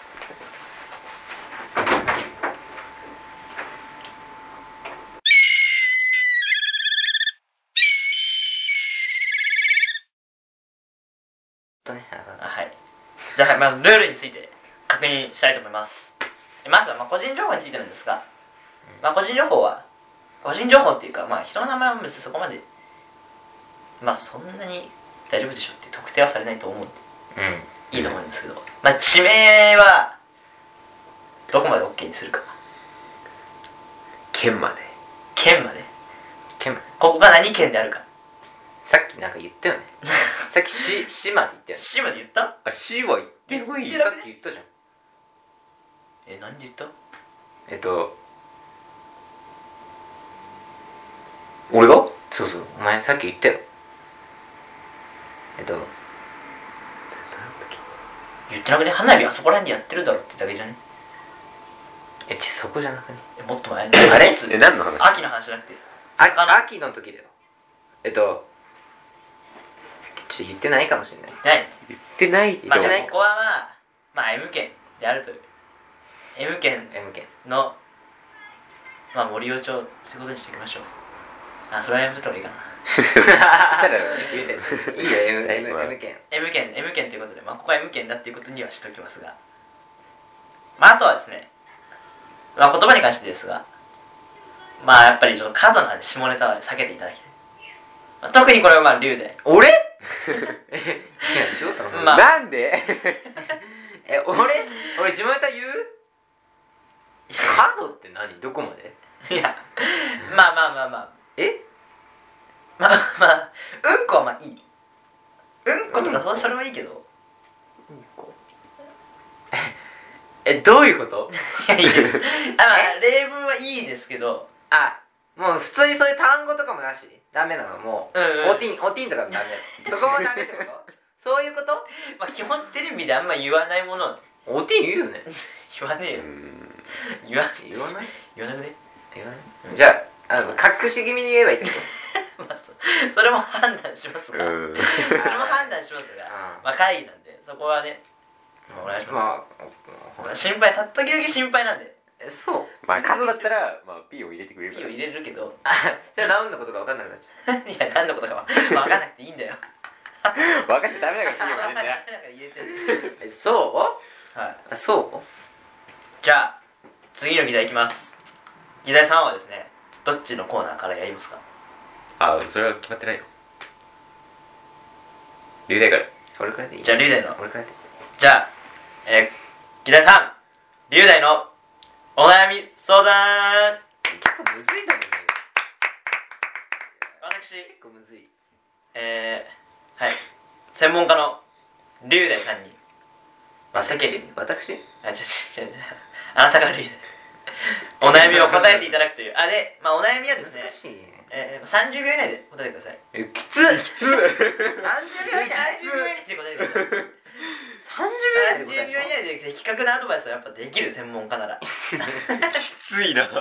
はい。じゃあ、まずルールについて確認したいと思います。まずは個人情報についてなんですが、個人情報っていうか、人の名前は別にそこまで、そんなに大丈夫でしょって特定はされないと思うんで、いいと思うんですけど、地名はどこまで OK にするか。 県まで。 ここが何県であるか。 さっきなんか言ったよね。さっき市まで言ったよね。 市まで言った？ 市は言ってないよ。 さっき言ったじゃん。 何で言った？ 俺が？ そう、お前さっき言ったよ。 言ってなくね？花火あそこら辺でやってるだろってだけじゃね？ そこじゃなくね？ もっと前。 あれ？ 何の話？ 秋の話じゃなくて。 秋の時だよ。言ってないかもしれない。 言ってないけど。 じゃあここはM 県であるという。M 県の、森尾町ってことにしておきましょう。それはやめとった方がいいかな。 いいよ、M 県。 M 県ということで、ここは M 県だっていうことにはしておきますが。あとはですね、言葉に関してですが、やっぱりちょっと過度な下ネタは避けていただきたい。特にこれは龍で。 俺？いや、ちょっとなんで？ 俺下ネタ言う？過度って何？どこまで？ いや、うんこはいい。うんことかそれはいいけど。 どういうこと？ いいです。例文はいいですけど。 もう普通にそういう単語とかもなし？ダメなの？もう、おてんとかもダメ？そこもダメってこと？そういうこと？ 基本テレビであんま言わないもの。 おてん言うよね？ 言わねえよ。 言わない？ 言わなくね？ じゃあ、隠し気味に言えばいいってこと？ それも判断しますが、会議なんで、そこはね、お願いします。時々心配なんで。 そう。 数だったら、P を入れてくれる。 P を入れるけど。 じゃあ何のことか分かんなくなっちゃう。 いや、何のことか分かんなくていいんだよ。 分かっちゃダメだから P を入れてんだよ。 そう？はい。そう？ じゃあ、次の議題いきます。議題3はですね、どっちのコーナーからやりますか？ それは決まってないの。龍大から。 俺からでいい？ じゃあ龍大の。 俺からでいい？ じゃあ、議題3、龍大のお悩み相談。 結構むずいと思うね。 結構むずい。 はい。専門家の龍大さんに、 私？ あなたが龍大。お悩みを答えていただくという。お悩みはですね、30秒以内で答えてください。 きつ30 秒以内で答えてください。30秒以内で的確なアドバイスはやっぱできる専門家なら。 きついな。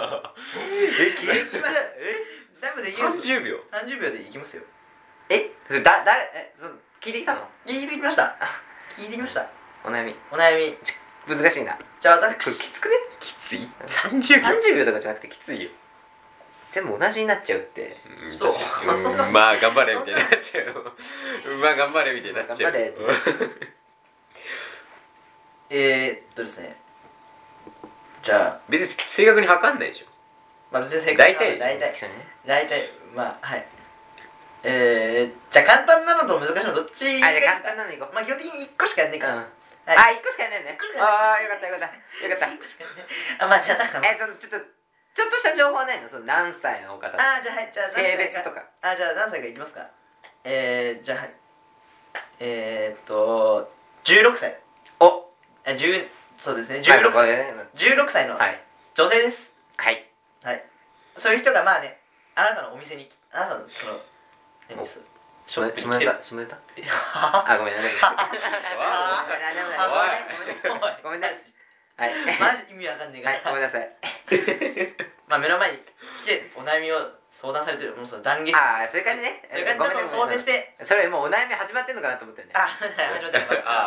全部できる。 30秒でいきますよ。 それ聞いてきたの？ 聞いてきました。 お悩み難しいな。 じゃあ私、 きつくね？ きつい。30秒とかじゃなくてきついよ。 全部同じになっちゃうって。 そうまあ頑張れみたいになっちゃう。まあ頑張れみたいになっちゃう。 頑張れってなっちゃう。 ですね、じゃあ別に正確に測んないでしょ。 まあ別に正確に大体まあはい。じゃあ簡単なのと難しいのどっちがいいですか？ じゃあ簡単なのいこう。 まあ基本的に1個しかやんねえから。 はい、1個しかやんないね。 あああ、よかったよかった。よかった。 まあじゃあだからちょっとした情報はないの？その何歳のお方？ じゃあはい、じゃあ性別とか。 じゃあ何歳かいきますか。じゃあはい。16歳。そうですね、16歳の女性です。 はい。 はい。そういう人がまあね、あなたのお店に、あなたのその、何です？ショップに来てる。 下ネタあ、 ごめんなさい。ごめんなさい。はい。 マジ意味わかんねえから。 ごめんなさい。 まあ目の前に来てお悩みを相談されてる、もうその懺悔。 そういう感じね。 そういう感じだと想定して。 それもうお悩み始まってんのかなと思ってね。 始まってる。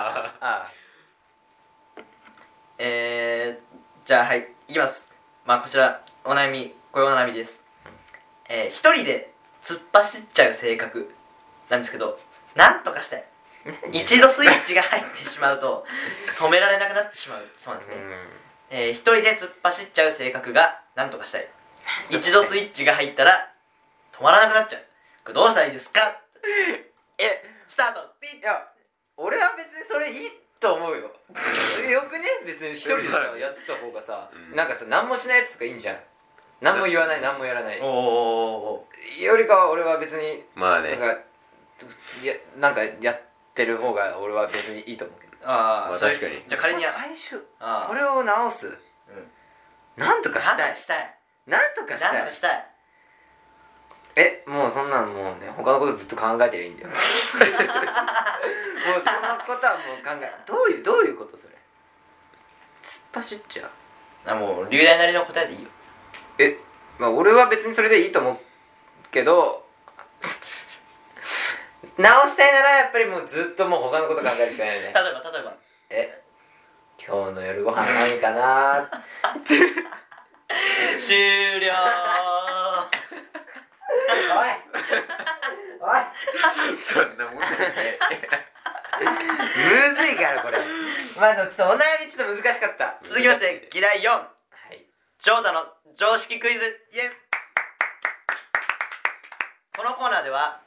じゃあはい、いきます。まあこちら、こういうお悩みです。一人で突っ走っちゃう性格なんですけど、なんとかしたい。一度スイッチが入ってしまうと止められなくなってしまうそうなんですね。一人で突っ走っちゃう性格がなんとかしたい。一度スイッチが入ったら止まらなくなっちゃう。これどうしたらいいですか？スタート。ピッ。 いや、俺は別にそれいいと思うよ。よくね、別に一人でさやってた方がさ、なんかさ、何もしないやつとかいいんじゃん。何も言わない、何もやらない。よりかは俺は別に、 まあね、 なんかやってる方が俺は別にいいと思うけど。 まあ確かに。 じゃあ仮にそれを直す。なんとかしたい。なんとかしたい。もうそんなんもうね、他のことずっと考えてりゃいいんだよ。もうそのことはもう考え、どういうことそれ？突っ走っちゃう。 もう龍大なりの答えでいいよ。 まあ俺は別にそれでいいと思うけど、直したいならやっぱりもうずっともう他のこと考えるしかないよね。 例えば今日の夜ご飯何かな終了。 おいそんなもんじゃない。 むずいからこれ。まあでもちょっとお悩みちょっと難しかった。 続きまして議題4。 はい。 ジョータの常識クイズ。イエイ。このコーナーでは、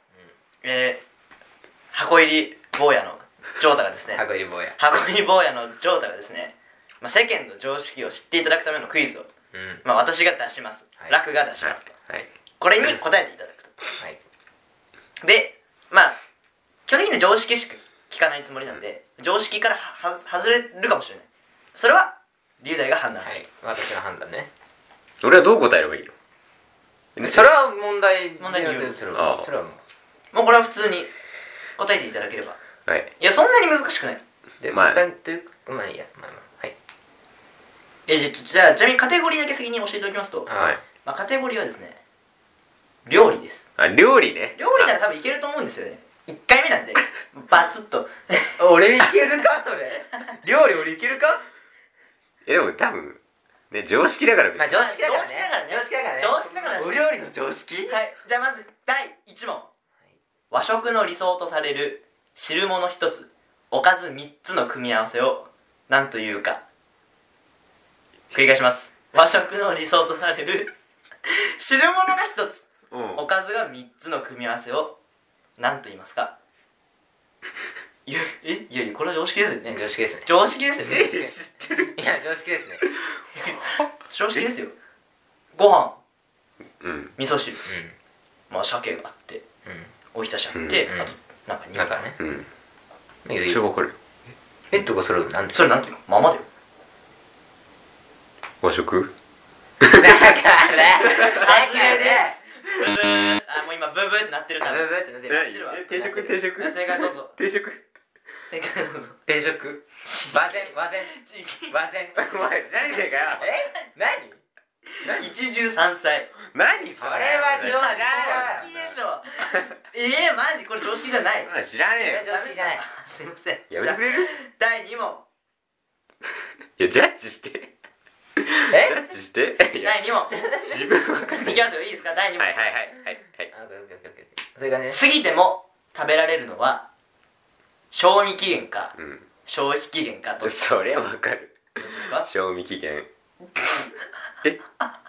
箱入り坊やのジョータがですね、 箱入り坊やのジョータがですね、世間の常識を知っていただくためのクイズを、私が出します。楽が出しますと。これに答えていただくと。で、基本的には常識しか聞かないつもりなんで、常識から外れるかもしれない。それは龍大が判断する。 私の判断ね。 俺はどう答えればいいの？ それは問題に言う。 それはもうこれは普通に答えていただければ。いや、そんなに難しくない。 まあいいや。はい。 じゃあちなみにカテゴリーだけ先に教えておきますと、カテゴリーはですね、料理です。 料理ね。 料理なら多分いけると思うんですよね。1回目なんでバツッと。 俺いけるかそれ？料理俺いけるか？ でも多分ね、常識だから常識だからね。お料理の常識？ はい。じゃあまず第1問。和食の理想とされる汁物1つ、おかず3つの組み合わせを何というか。繰り返します。和食の理想とされる汁物が1つ、おかずが3つの組み合わせを何と言いますか？いやこれは常識ですよね。 常識ですね。 常識ですよね。 いや常識ですね。 常識ですよ。ご飯、味噌汁、鮭があって、おひたしあって、あとなんか肉がね。 それ分かるよ。 とかそれなんていうの？ままだよ。 和食？ だから外れです。もう今ブーブーってなってるから。 ブーブーってなってるわ。 定食。 正解どうぞ。 定食。 定食。和膳。お前知らねえかよ。何？ 一汁三菜。 何それは常識でしょ。マジこれ常識じゃない。 知らねえよ。 常識じゃない。 すいません。 やめてくれる？ 第2問。 いやジャッジして。 ャッジしていや第2問自分わかんないいきますよ、いいですか？第2問、 はいはいはいはいはいあ、オッケーオッケーオッケー。それがね、 過ぎても食べられるのは賞味期限かうん消費期限かどっちそりゃわかるどっちですか？ 賞味期限え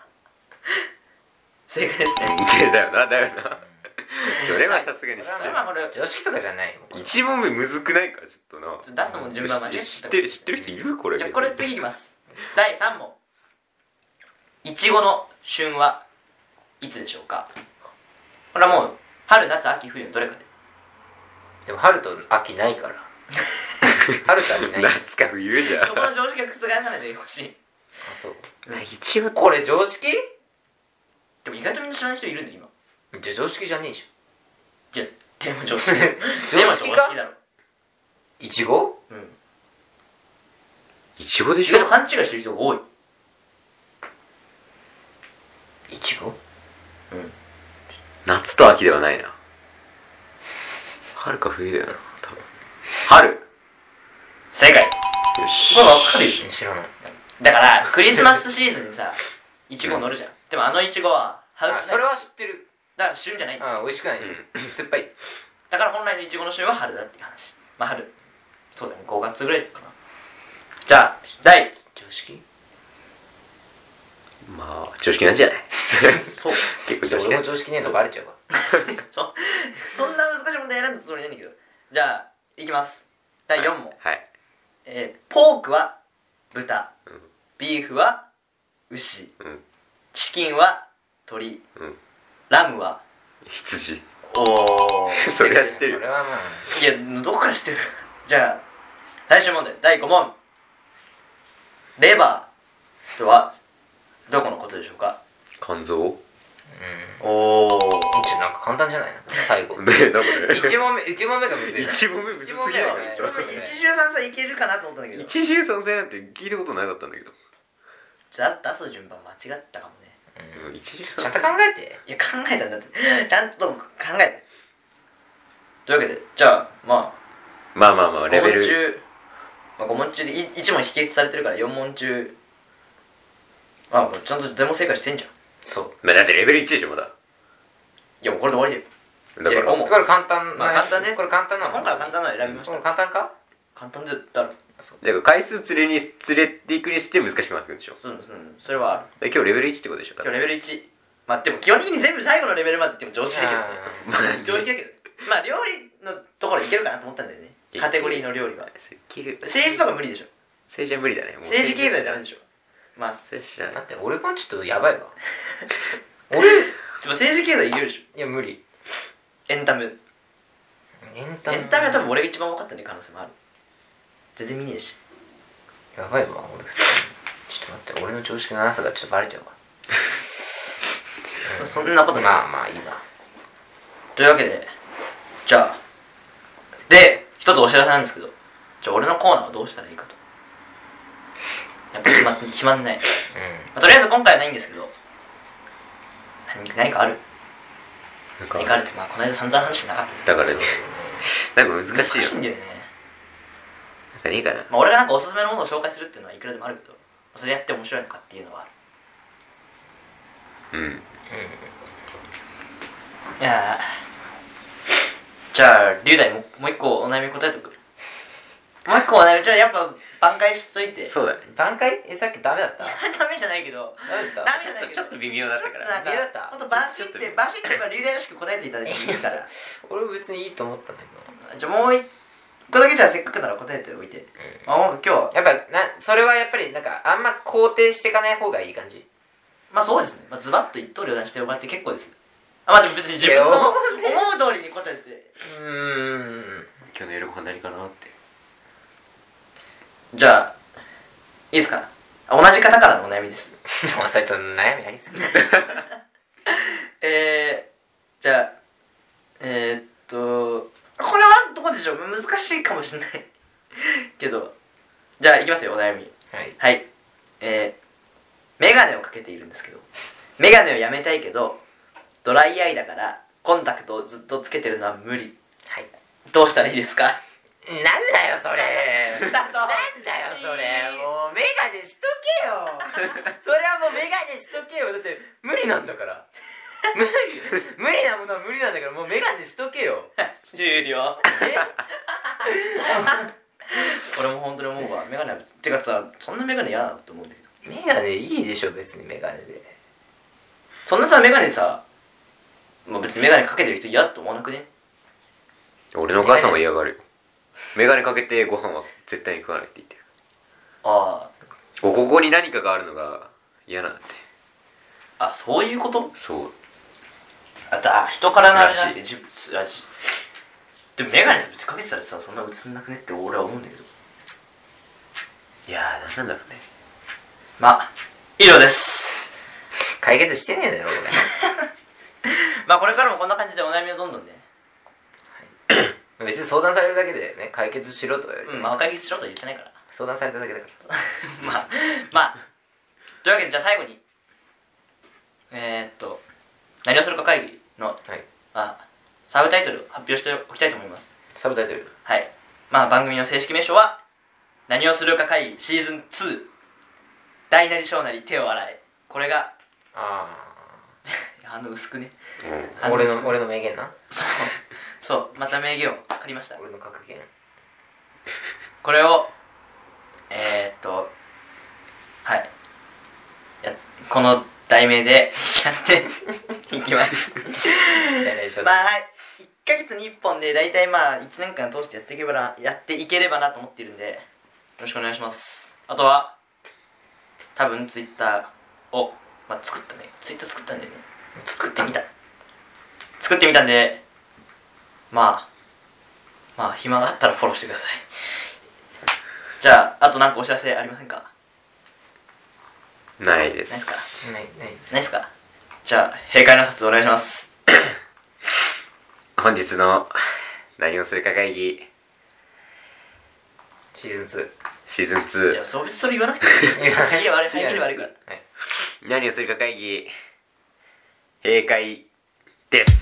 正解ですね。 だよなだよなそれはさすがに知ってるまあこれ常識とかじゃないよ。 1問目むずくないかちょっとな出すもん順番間違え知ってる人いるこれじゃあこれ次いきます。第3問。いちごの旬はいつでしょうか？これはもう春夏秋冬のどれかで。 でも春と秋ないから。春と秋ない。 夏か冬じゃそこの常識は覆さないでほしい。 あ、そう。 一応これ常識？ でも意外とみんな知らない人いるんだ今。 じゃあ常識じゃねえじじゃあでも常識。 常識かでも常識だろ。 ゃん。いちご？ うん。 いちごでしょ意外と勘違いしてる人が多い。 いちご？ うん。 夏と秋ではないな春か冬だよな多分春正解。 よこれわかるよ。 知らない。 だからクリスマスシーズンにさ、いちご乗るじゃん。でもあのいちごはハウスあ、それは知ってる。 だから旬じゃないんだよ。 あ、美味しくない。酸っぱい。 だから本来のいちごの旬は春だっていう話。まあ春。そうだよね、5月ぐらいかな。じゃあ、第常識？ まあ常識なんじゃないそう。 結構常識俺も常識ねえのバレちゃうわ。 そんな難しい問題選んだつもりないんだけど。じゃあ、いきます。第4問。 はいポークは豚、 うんビーフは牛、 うんチキンは鶏、 うんラムは羊おー。 それは知ってるよこれはまあ。 いや、どこから知ってる？じゃあ、最終問題、第5問。レバーとはどこのことでしょうか？ 肝臓うん。 おー。 なんか簡単じゃないの最後。 ねだから一問目がむずいな。 一問目むずすぎるよ一問目は一汁三菜いけるかなと思ったんだけど。 一汁三菜なんて聞いたことなかったんだけどじゃあ出す順番間違ったかもね。 うん一汁ちゃんと三菜考えて。 いや、考えたんだって。ちゃんと考えて。というわけで、じゃあ、ままあまあまあ、5 あレベル問中、まあ、5問中で1問否決されてるから4問中、あ、これちゃんと全問正解してんじゃん。 そう。 まあだってレベル1でしょまだいや、もうこれで終わりだよ。 だから 5問これ簡単まあ簡単です。 これ簡単なの。 今回は簡単なの選びました。 簡単か？ 簡単だろ。 だから回数連れていくにして難しくなってくるんでしょそれはある。 で今日レベル1ってことでしょ今日レベル1。まあでも基本的に全部最後のレベルまでっても常識だけどね。 まあ常識だけど。まあ料理のところいけるかなと思ったんだよね。カテゴリーの料理は。政治とか無理でしょ。 政治は無理だねもう政治経済ダメでしょ。まあ、 政治じゃない待って、俺もちょっとやばいわ。 でも政治経済いけるでしょ。 いや、無理。 エンタメ。 エンエンタメは多分俺が一番分かってない可能性もある。全然見ねえし。 やばいわ、俺。ちょっと待って、俺の常識のなさがちょっとバレちゃうわ。 そんなことないまあまあいいわ。 というわけで、じゃあ、で、一つお知らせなんですけど、じゃあ俺のコーナーはどうしたらいいかと。やっぱ決まんない。まあとりあえず今回はないんですけど、何かある？何かあるって、まあこの間散々話してなかったけど。 だからねなんか難しいよ難しいんだよね。 何いいかなまあ俺がなんかおすすめのものを紹介するっていうのはいくらでもあるけど、それやって面白いのかっていうのはある。 うんいやーじゃあ龍大もう一個お悩み答えとく。もう一個お悩み、じゃあやっぱ挽回しといて。 そうだね挽回？さっきダメだった？ ダメじゃないけど、 ダメだった？ ダメじゃないけど、 ちょっと微妙だったからちょっとなんか微妙だったほんとバシってやっぱ龍大らしく答えていただいていいから。 俺別にいいと思ったんだけど。 じゃあもう一個だけじゃあせっかくなら答えておいて。まあもう今日、 やっぱそれはやっぱりなんかあんま肯定していかない方がいい感じ。 まあそうですね。まあズバッと一刀両断してもらって結構です。あ、まあでも別に自分の思う通りに答えて。 今日の夜ご飯何かなってじゃあ、いいですか？同じ方からのお悩みです。 もうそいつ悩みありすぎる。 じゃあ、これはどこでしょう？難しいかもしれないけど、じゃあいきますよ、お悩み。 はい。 はい。メガネをかけているんですけど、メガネをやめたいけど、ドライアイだからコンタクトをずっとつけてるのは無理。 はい。 どうしたらいいですか？ なんだよそれ。 スタートなんだよそれ。もうメガネしとけよそれはもうメガネしとけよ。だって無理なんだから無理なものは無理なんだから、もうメガネしとけよ終了俺も本当に思うわ。メガネはてかさ、そんなメガネ嫌だなって思うんだけど。 メガネいいでしょ別に。メガネでそんなさ、メガネさ、もう別にメガネかけてる人嫌と思わなくね？ 俺のお母さんは嫌がるよ。メガネかけてご飯は絶対に食わないって言ってる。 あここに何かがあるのが嫌なんだって。 あ、そういうこと？ そう。 人からのあれじゃなくてでもメガネさ別にかけてたらさ、そんな映んなくねって俺は思うんだけど。 いやー、なんだろうね。 まあ以上です。 解決してねえだろこれまあこれからもこんな感じでお悩みをどんどんね、 別に相談されるだけでね、解決しろとは言われて、 まあ解決しろとは言ってないから相談されただけだからまあというわけで、じゃあ最後に何をするか会議の、サブタイトルを発表しておきたいと思います。 サブタイトル、 はい。まあ番組の正式名称は何をするか会議シーズン2、大なり小なり手を洗え。これが薄くね、 俺の名言な。 そうまた名言を借りました。 俺の格言。 これをこの題名でやっていきますまあ1ヶ月に1本でだいたいまあ1年間通してやっていければなと思っているんで、よろしくお願いします。あとは多分ツイッターを、作ったんだよね。作ってみたんで、まあ暇があったらフォローしてください。じゃあ、あと何かお知らせありませんか？ ないです。 ないないですか？じゃあ閉会の挨拶お願いします。 本日の何をするか会議シーズン 2。 いや、別にそれ言わなくていい。入り悪いから。 何をするか会議閉会です。